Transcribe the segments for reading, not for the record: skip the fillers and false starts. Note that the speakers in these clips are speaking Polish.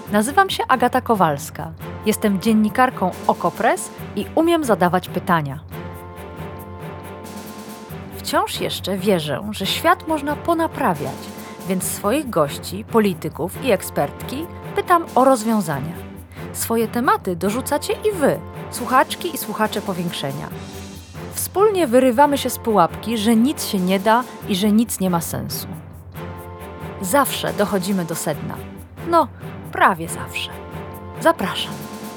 Nazywam się Agata Kowalska. Jestem dziennikarką Okopres i umiem zadawać pytania. Wciąż jeszcze wierzę, że świat można ponaprawiać, więc swoich gości, polityków i ekspertki pytam o rozwiązania. Swoje tematy dorzucacie i wy, słuchaczki i słuchacze Powiększenia. Wspólnie wyrywamy się z pułapki, że nic się nie da i że nic nie ma sensu. Zawsze dochodzimy do sedna. No, prawie zawsze. Zapraszam.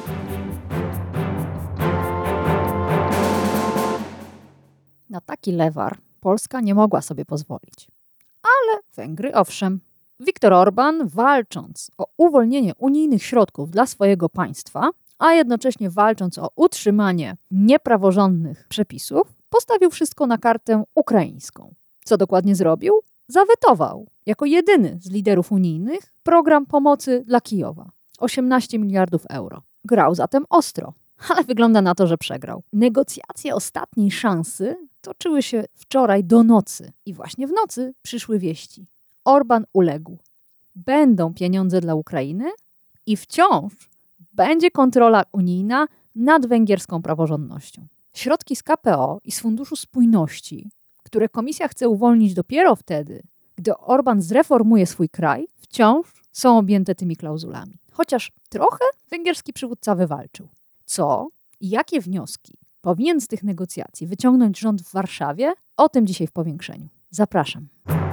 Na taki lewar Polska nie mogła sobie pozwolić. Ale Węgry owszem. Viktor Orbán, walcząc o uwolnienie unijnych środków dla swojego państwa, a jednocześnie walcząc o utrzymanie niepraworządnych przepisów, postawił wszystko na kartę ukraińską. Co dokładnie zrobił? Zawetował, jako jedyny z liderów unijnych, program pomocy dla Kijowa. 18 miliardów euro. Grał zatem ostro, ale wygląda na to, że przegrał. Negocjacje ostatniej szansy toczyły się wczoraj do nocy i właśnie w nocy przyszły wieści. Orbán uległ. Będą pieniądze dla Ukrainy i wciąż będzie kontrola unijna nad węgierską praworządnością. Środki z KPO i z Funduszu Spójności, które Komisja chce uwolnić dopiero wtedy, gdy Orbán zreformuje swój kraj, wciąż są objęte tymi klauzulami. Chociaż trochę węgierski przywódca wywalczył. Co i jakie wnioski powinien z tych negocjacji wyciągnąć rząd w Warszawie? O tym dzisiaj w Powiększeniu. Zapraszam.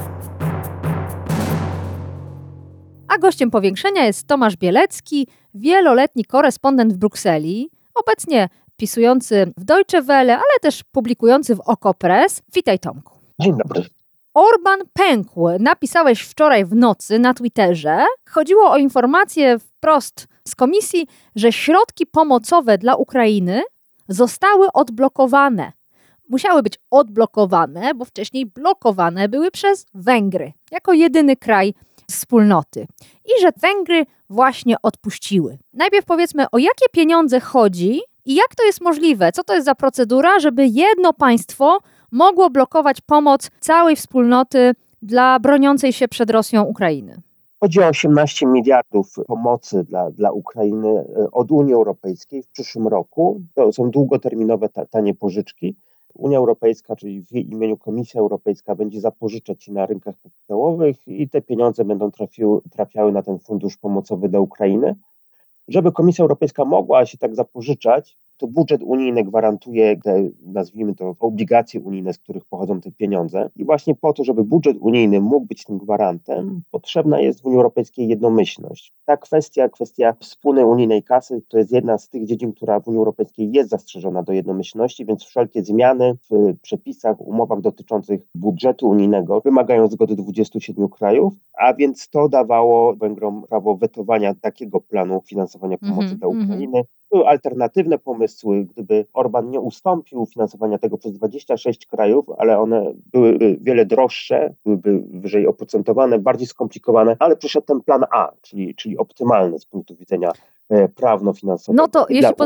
A gościem Powiększenia jest Tomasz Bielecki, wieloletni korespondent w Brukseli, obecnie pisujący w Deutsche Welle, ale też publikujący w Okopres. Witaj, Tomku. Dzień dobry. Orbán pękł, napisałeś wczoraj w nocy na Twitterze. Chodziło o informację wprost z komisji, że środki pomocowe dla Ukrainy zostały odblokowane. Musiały być odblokowane, bo wcześniej blokowane były przez Węgry, jako jedyny kraj wspólnoty. I że Węgry właśnie odpuściły. Najpierw powiedzmy, o jakie pieniądze chodzi i jak to jest możliwe, co to jest za procedura, żeby jedno państwo mogło blokować pomoc całej wspólnoty dla broniącej się przed Rosją Ukrainy. Chodzi o 18 miliardów pomocy dla Ukrainy od Unii Europejskiej w przyszłym roku. To są długoterminowe, tanie pożyczki. Unia Europejska, czyli w jej imieniu Komisja Europejska, będzie zapożyczać się na rynkach kapitałowych i te pieniądze będą trafiały na ten fundusz pomocowy dla Ukrainy. Żeby Komisja Europejska mogła się tak zapożyczać, to budżet unijny gwarantuje te, nazwijmy to, obligacje unijne, z których pochodzą te pieniądze. I właśnie po to, żeby budżet unijny mógł być tym gwarantem, potrzebna jest w Unii Europejskiej jednomyślność. Ta kwestia wspólnej unijnej kasy, to jest jedna z tych dziedzin, która w Unii Europejskiej jest zastrzeżona do jednomyślności, więc wszelkie zmiany w przepisach, umowach dotyczących budżetu unijnego wymagają zgody 27 krajów, a więc to dawało Węgrom prawo wetowania takiego planu finansowania pomocy dla Ukrainy. Były alternatywne pomysły, gdyby Orbán nie ustąpił finansowania tego przez 26 krajów, ale one byłyby wiele droższe, byłyby wyżej oprocentowane, bardziej skomplikowane, ale przyszedł ten plan A, czyli optymalny z punktu widzenia prawno-finansowego. No to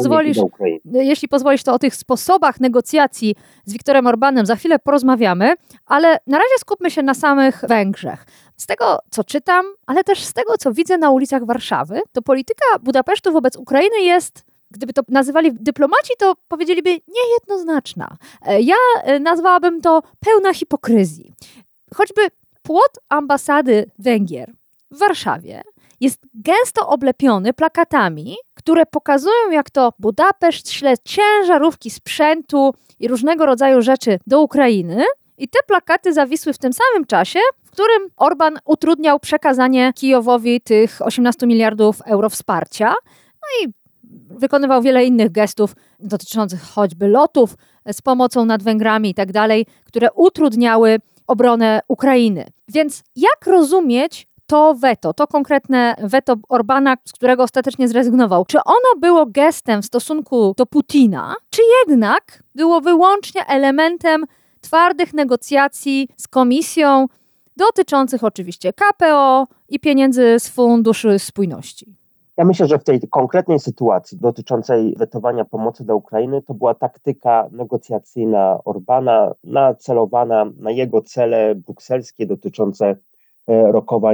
jeśli pozwolisz, to o tych sposobach negocjacji z Viktorem Orbánem za chwilę porozmawiamy, ale na razie skupmy się na samych Węgrzech. Z tego, co czytam, ale też z tego, co widzę na ulicach Warszawy, to polityka Budapesztu wobec Ukrainy jest, gdyby to nazywali dyplomaci, to powiedzieliby niejednoznaczna. Ja nazwałabym to pełna hipokryzji. Choćby płot ambasady Węgier w Warszawie jest gęsto oblepiony plakatami, które pokazują, jak to Budapeszt śle ciężarówki sprzętu i różnego rodzaju rzeczy do Ukrainy. I te plakaty zawisły w tym samym czasie, w którym Orbán utrudniał przekazanie Kijowowi tych 18 miliardów euro wsparcia. No i wykonywał wiele innych gestów dotyczących choćby lotów z pomocą nad Węgrami i tak dalej, które utrudniały obronę Ukrainy. Więc jak rozumieć to weto, to konkretne weto Orbána, z którego ostatecznie zrezygnował? Czy ono było gestem w stosunku do Putina, czy jednak było wyłącznie elementem twardych negocjacji z Komisją dotyczących oczywiście KPO i pieniędzy z Funduszu Spójności? Ja myślę, że w tej konkretnej sytuacji dotyczącej wetowania pomocy dla Ukrainy to była taktyka negocjacyjna Orbána nacelowana na jego cele brukselskie dotyczące rokowań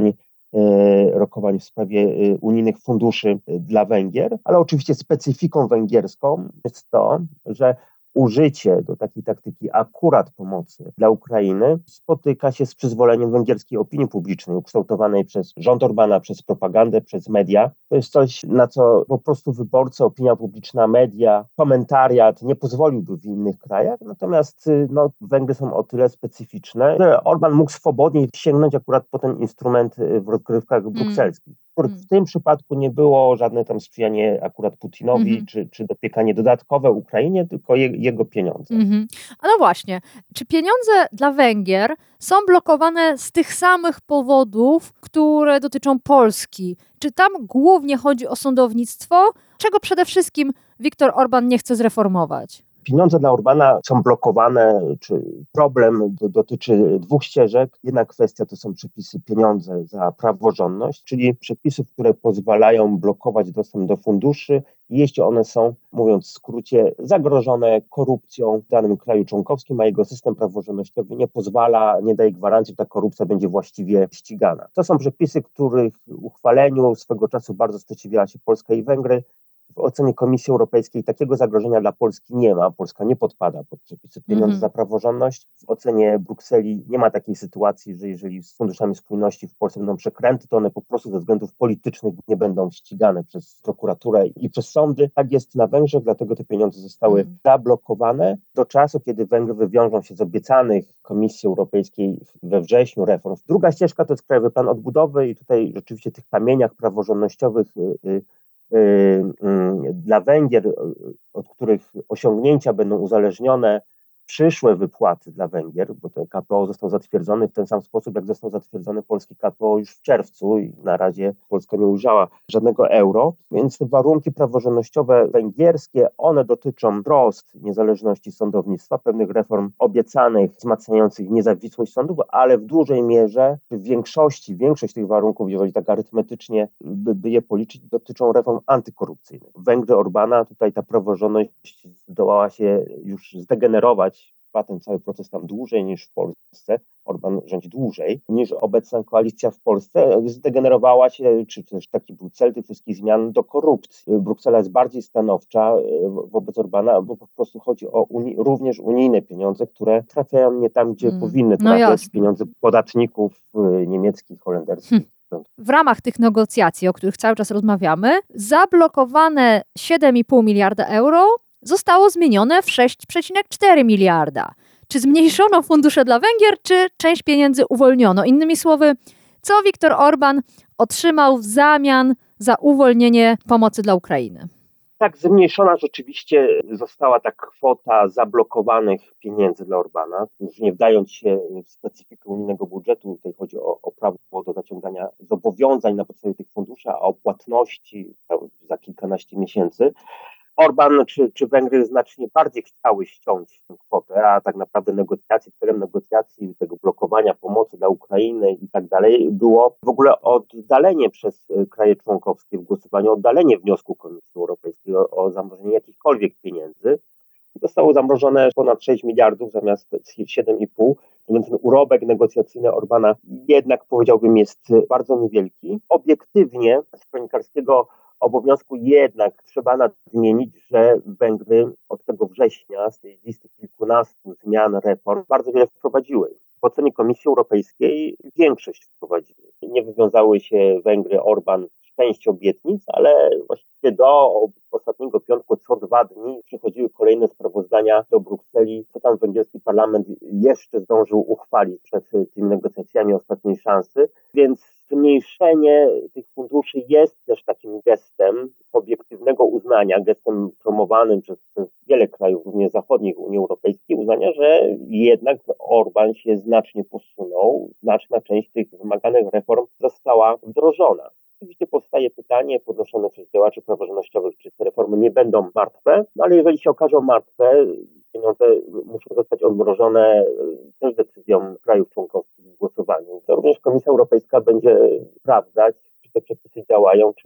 rokowań w sprawie unijnych funduszy dla Węgier, ale oczywiście specyfiką węgierską jest to, że użycie do takiej taktyki akurat pomocy dla Ukrainy spotyka się z przyzwoleniem węgierskiej opinii publicznej, ukształtowanej przez rząd Orbana, przez propagandę, przez media. To jest coś, na co po prostu wyborcy, opinia publiczna, media, komentariat nie pozwoliłby w innych krajach. Natomiast Węgry są o tyle specyficzne, że Orban mógł swobodnie sięgnąć akurat po ten instrument w rozgrywkach brukselskich. W tym przypadku nie było żadne tam sprzyjanie akurat Putinowi, czy dopiekanie dodatkowe Ukrainie, tylko jego pieniądze. A no właśnie, czy pieniądze dla Węgier są blokowane z tych samych powodów, które dotyczą Polski? Czy tam głównie chodzi o sądownictwo? Czego przede wszystkim Viktor Orban nie chce zreformować? Pieniądze dla Orbana są blokowane, czy problem dotyczy dwóch ścieżek. Jedna kwestia to są przepisy pieniądze za praworządność, czyli przepisów, które pozwalają blokować dostęp do funduszy, jeśli one są, mówiąc w skrócie, zagrożone korupcją w danym kraju członkowskim, a jego system praworządnościowy nie pozwala, nie daje gwarancji, że ta korupcja będzie właściwie ścigana. To są przepisy, których uchwaleniu swego czasu bardzo sprzeciwiała się Polska i Węgry. W ocenie Komisji Europejskiej takiego zagrożenia dla Polski nie ma. Polska nie podpada pod przepisy pieniądze za praworządność. W ocenie Brukseli nie ma takiej sytuacji, że jeżeli z funduszami spójności w Polsce będą przekręty, to one po prostu ze względów politycznych nie będą ścigane przez prokuraturę i przez sądy. Tak jest na Węgrzech, dlatego te pieniądze zostały zablokowane do czasu, kiedy Węgry wywiążą się z obiecanych Komisji Europejskiej we wrześniu reform. Druga ścieżka to jest Krajowy Plan Odbudowy i tutaj rzeczywiście tych kamieniach praworządnościowych dla Węgier, od których osiągnięcia będą uzależnione przyszłe wypłaty dla Węgier, bo ten KPO został zatwierdzony w ten sam sposób, jak został zatwierdzony polski KPO już w czerwcu i na razie Polska nie ujrzała żadnego euro, więc te warunki praworządnościowe węgierskie, one dotyczą wprost niezależności sądownictwa, pewnych reform obiecanych, wzmacniających niezawisłość sądów, ale w dużej mierze, większość tych warunków, jeżeli tak arytmetycznie by je policzyć, dotyczą reform antykorupcyjnych. Węgry Orbana, tutaj ta praworządność zdołała się już zdegenerować, trwa ten cały proces tam dłużej niż w Polsce. Orban rządzi dłużej niż obecna koalicja w Polsce. Zdegenerowała się, czy też taki był cel tych wszystkich zmian, do korupcji. Bruksela jest bardziej stanowcza wobec Orbana, bo po prostu chodzi o również unijne pieniądze, które trafiają nie tam, gdzie powinny trafiać, pieniądze podatników niemieckich, holenderskich. W ramach tych negocjacji, o których cały czas rozmawiamy, zablokowane 7,5 miliarda euro zostało zmienione w 6,4 miliarda. Czy zmniejszono fundusze dla Węgier, czy część pieniędzy uwolniono? Innymi słowy, co Viktor Orban otrzymał w zamian za uwolnienie pomocy dla Ukrainy? Tak, zmniejszona rzeczywiście została ta kwota zablokowanych pieniędzy dla Orbana. Już nie wdając się w specyfikę unijnego budżetu, tutaj chodzi o prawo do zaciągania zobowiązań na podstawie tych funduszy, a o płatności za kilkanaście miesięcy. Orban czy Węgry znacznie bardziej chciały ściąć tę kwotę, a tak naprawdę celem negocjacji, tego blokowania pomocy dla Ukrainy i tak dalej było w ogóle oddalenie przez kraje członkowskie w głosowaniu, oddalenie wniosku Komisji Europejskiej o zamrożenie jakichkolwiek pieniędzy. Zostało zamrożone ponad 6 miliardów zamiast 7,5, więc ten urobek negocjacyjny Orbana jednak, powiedziałbym, jest bardzo niewielki. Obiektywnie z kronikarskiego obowiązku jednak trzeba nadmienić, że Węgry od tego września z tej listy kilkunastu zmian, reform bardzo wiele wprowadziły. W ocenie Komisji Europejskiej większość wprowadziły. Nie wywiązały się Węgry, Orban z części obietnic, ale właściwie do ostatniego piątku co 2 dni przychodziły kolejne sprawozdania do Brukseli, co tam węgierski parlament jeszcze zdążył uchwalić przed tymi negocjacjami ostatniej szansy, więc zmniejszenie tych funduszy jest też takim gestem obiektywnego uznania, gestem promowanym przez wiele krajów, również zachodnich Unii Europejskiej, uznania, że jednak Orban się znacznie posunął, znaczna część tych wymaganych reform została wdrożona. Oczywiście powstaje pytanie podnoszone przez działaczy praworządnościowych, czy te reformy nie będą martwe, no ale jeżeli się okażą martwe, pieniądze muszą zostać odmrożone też decyzją krajów członkowskich w głosowaniu. To również Komisja Europejska będzie sprawdzać, czy te przepisy działają, czy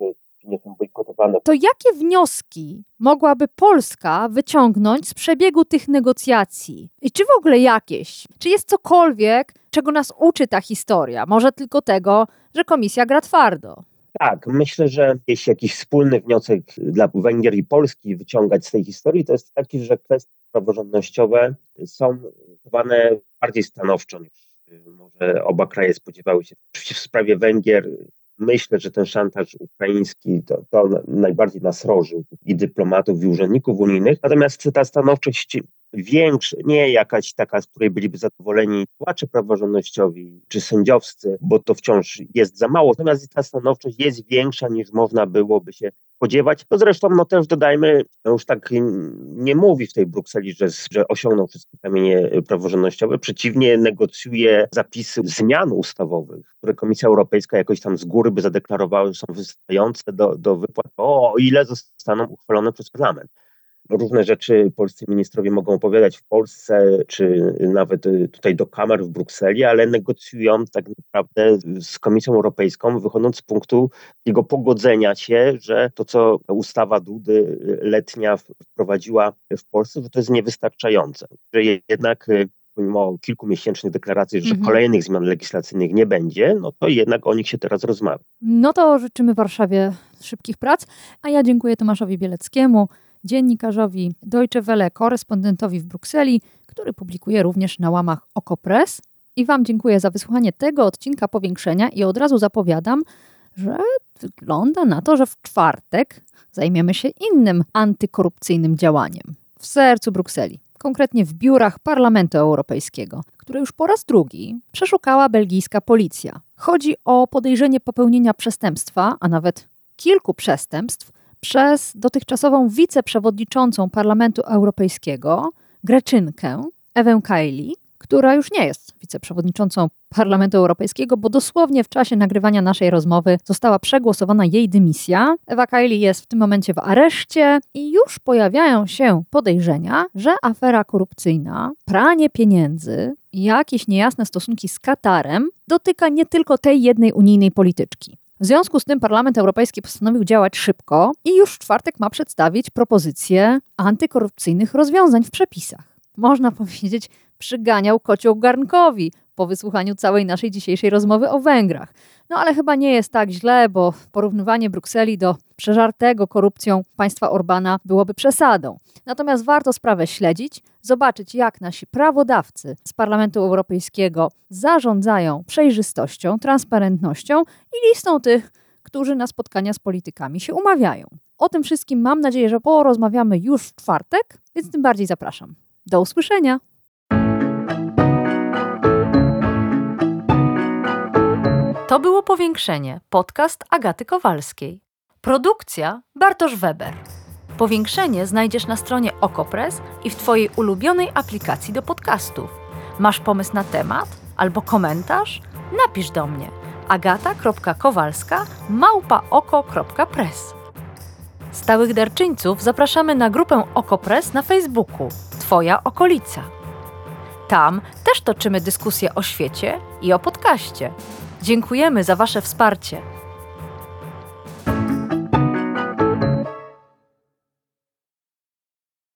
czy nie są bojkotowane. To jakie wnioski mogłaby Polska wyciągnąć z przebiegu tych negocjacji? I czy w ogóle jakieś? Czy jest cokolwiek, czego nas uczy ta historia? Może tylko tego, że Komisja gra twardo? Tak, myślę, że jeśli jakiś wspólny wniosek dla Węgier i Polski wyciągać z tej historii, to jest taki, że kwestie praworządnościowe są traktowane bardziej stanowczo niż może oba kraje spodziewały się. Oczywiście w sprawie Węgier myślę, że ten szantaż ukraiński to najbardziej nasrożył i dyplomatów, i urzędników unijnych. Natomiast ta stanowczość większa, nie jakaś taka, z której byliby zadowoleni działacze praworządnościowi czy sędziowscy, bo to wciąż jest za mało. Natomiast ta stanowczość jest większa niż można byłoby się spodziewać. To zresztą też dodajmy, już tak nie mówi w tej Brukseli, że osiągnął wszystkie kamienie praworządnościowe. Przeciwnie, negocjuje zapisy zmian ustawowych, które Komisja Europejska jakoś tam z góry by zadeklarowała, że są wystające do wypłat, o ile zostaną uchwalone przez parlament. Różne rzeczy polscy ministrowie mogą opowiadać w Polsce, czy nawet tutaj do kamer w Brukseli, ale negocjują tak naprawdę z Komisją Europejską, wychodząc z punktu jego pogodzenia się, że to, co ustawa Dudy letnia wprowadziła w Polsce, że to jest niewystarczające. Że jednak pomimo kilkumiesięcznych deklaracji, że kolejnych zmian legislacyjnych nie będzie, no to jednak o nich się teraz rozmawia. No to życzymy Warszawie szybkich prac, a ja dziękuję Tomaszowi Bieleckiemu, dziennikarzowi Deutsche Welle, korespondentowi w Brukseli, który publikuje również na łamach Okopres. I Wam dziękuję za wysłuchanie tego odcinka Powiększenia i od razu zapowiadam, że wygląda na to, że w czwartek zajmiemy się innym antykorupcyjnym działaniem w sercu Brukseli, konkretnie w biurach Parlamentu Europejskiego, które już po raz drugi przeszukała belgijska policja. Chodzi o podejrzenie popełnienia przestępstwa, a nawet kilku przestępstw, przez dotychczasową wiceprzewodniczącą Parlamentu Europejskiego, Greczynkę, Ewę Kaili, która już nie jest wiceprzewodniczącą Parlamentu Europejskiego, bo dosłownie w czasie nagrywania naszej rozmowy została przegłosowana jej dymisja. Ewa Kaili jest w tym momencie w areszcie i już pojawiają się podejrzenia, że afera korupcyjna, pranie pieniędzy i jakieś niejasne stosunki z Katarem dotyka nie tylko tej jednej unijnej polityczki. W związku z tym Parlament Europejski postanowił działać szybko i już w czwartek ma przedstawić propozycje antykorupcyjnych rozwiązań w przepisach. Można powiedzieć, przyganiał kocioł garnkowi po wysłuchaniu całej naszej dzisiejszej rozmowy o Węgrach. No ale chyba nie jest tak źle, bo porównywanie Brukseli do przeżartego korupcją państwa Orbana byłoby przesadą. Natomiast warto sprawę śledzić, zobaczyć jak nasi prawodawcy z Parlamentu Europejskiego zarządzają przejrzystością, transparentnością i listą tych, którzy na spotkania z politykami się umawiają. O tym wszystkim mam nadzieję, że porozmawiamy już w czwartek, więc tym bardziej zapraszam. Do usłyszenia! To było Powiększenie, podcast Agaty Kowalskiej. Produkcja Bartosz Weber. Powiększenie znajdziesz na stronie Okopres i w Twojej ulubionej aplikacji do podcastów. Masz pomysł na temat albo komentarz? Napisz do mnie agata.kowalska@oko.press. Stałych darczyńców zapraszamy na grupę Okopres na Facebooku Twoja okolica. Tam też toczymy dyskusje o świecie i o podcaście. Dziękujemy za Wasze wsparcie.